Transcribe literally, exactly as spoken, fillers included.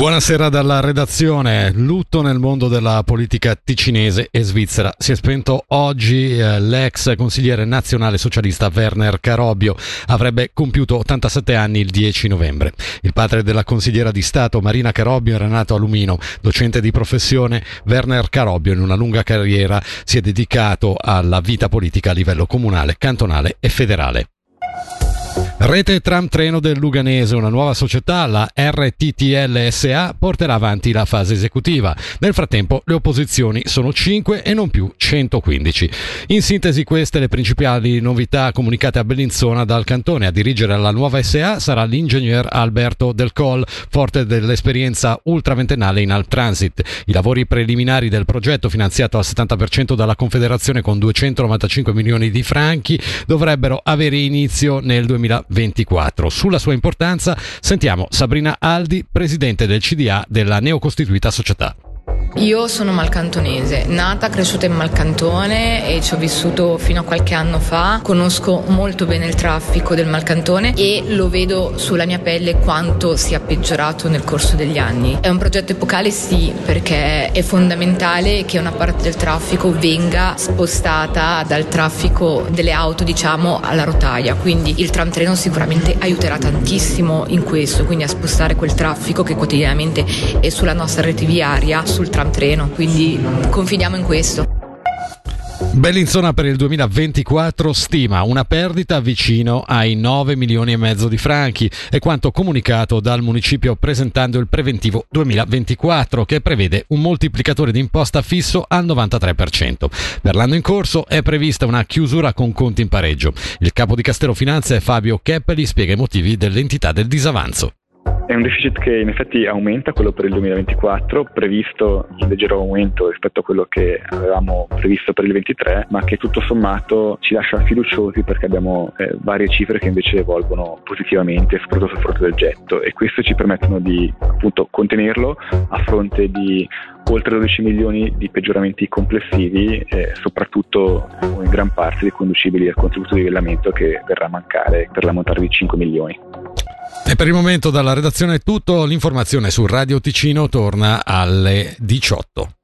Buonasera dalla redazione. Lutto nel mondo della politica ticinese e svizzera. Si è spento oggi eh, l'ex consigliere nazionale socialista Werner Carobbio. Avrebbe compiuto ottantasette anni il dieci novembre. Il padre della consigliera di Stato Marina Carobbio era nato a Lumino. Docente di professione, Werner Carobbio in una lunga carriera si è dedicato alla vita politica a livello comunale, cantonale e federale. Rete Tram Treno del Luganese, una nuova società, la R T T L S A, porterà avanti la fase esecutiva. Nel frattempo le opposizioni sono cinque e non più centoquindici. In sintesi queste le principali novità comunicate a Bellinzona dal cantone. A dirigere la nuova S A sarà l'ingegner Alberto Del Col, forte dell'esperienza ultraventennale in Alptransit. I lavori preliminari del progetto, finanziato al settanta per cento dalla Confederazione con duecentonovantacinque milioni di franchi, dovrebbero avere inizio nel duemilaventiquattro. Sulla sua importanza sentiamo Sabrina Aldi, presidente del C D A della neocostituita società. Io sono malcantonese, nata, cresciuta in Malcantone e ci ho vissuto fino a qualche anno fa. Conosco molto bene il traffico del Malcantone e lo vedo sulla mia pelle quanto sia peggiorato nel corso degli anni. È un progetto epocale, sì, perché è fondamentale che una parte del traffico venga spostata dal traffico delle auto, diciamo, alla rotaia. Quindi il tram treno sicuramente aiuterà tantissimo in questo, quindi a spostare quel traffico che quotidianamente è sulla nostra rete viaria sul tram treno, quindi confidiamo in questo. Bellinzona per il duemilaventiquattro stima una perdita vicino ai nove milioni e mezzo di franchi, è quanto comunicato dal municipio presentando il preventivo duemilaventiquattro, che prevede un moltiplicatore di imposta fisso al novantatré per cento. Per l'anno in corso è prevista una chiusura con conti in pareggio. Il capo di Castello Finanze Fabio Keppeli spiega i motivi dell'entità del disavanzo. È un deficit che in effetti aumenta, quello per il duemilaventiquattro, previsto un leggero aumento rispetto a quello che avevamo previsto per il ventitré, ma che tutto sommato ci lascia fiduciosi perché abbiamo eh, varie cifre che invece evolvono positivamente, soprattutto sul fronte del getto, e questo ci permettono di appunto contenerlo a fronte di oltre dodici milioni di peggioramenti complessivi, eh, soprattutto in gran parte riconducibili al contributo di livellamento che verrà a mancare per l'ammontare di cinque milioni. E per il momento dalla redazione è tutto. L'informazione su Radio Ticino torna alle diciotto.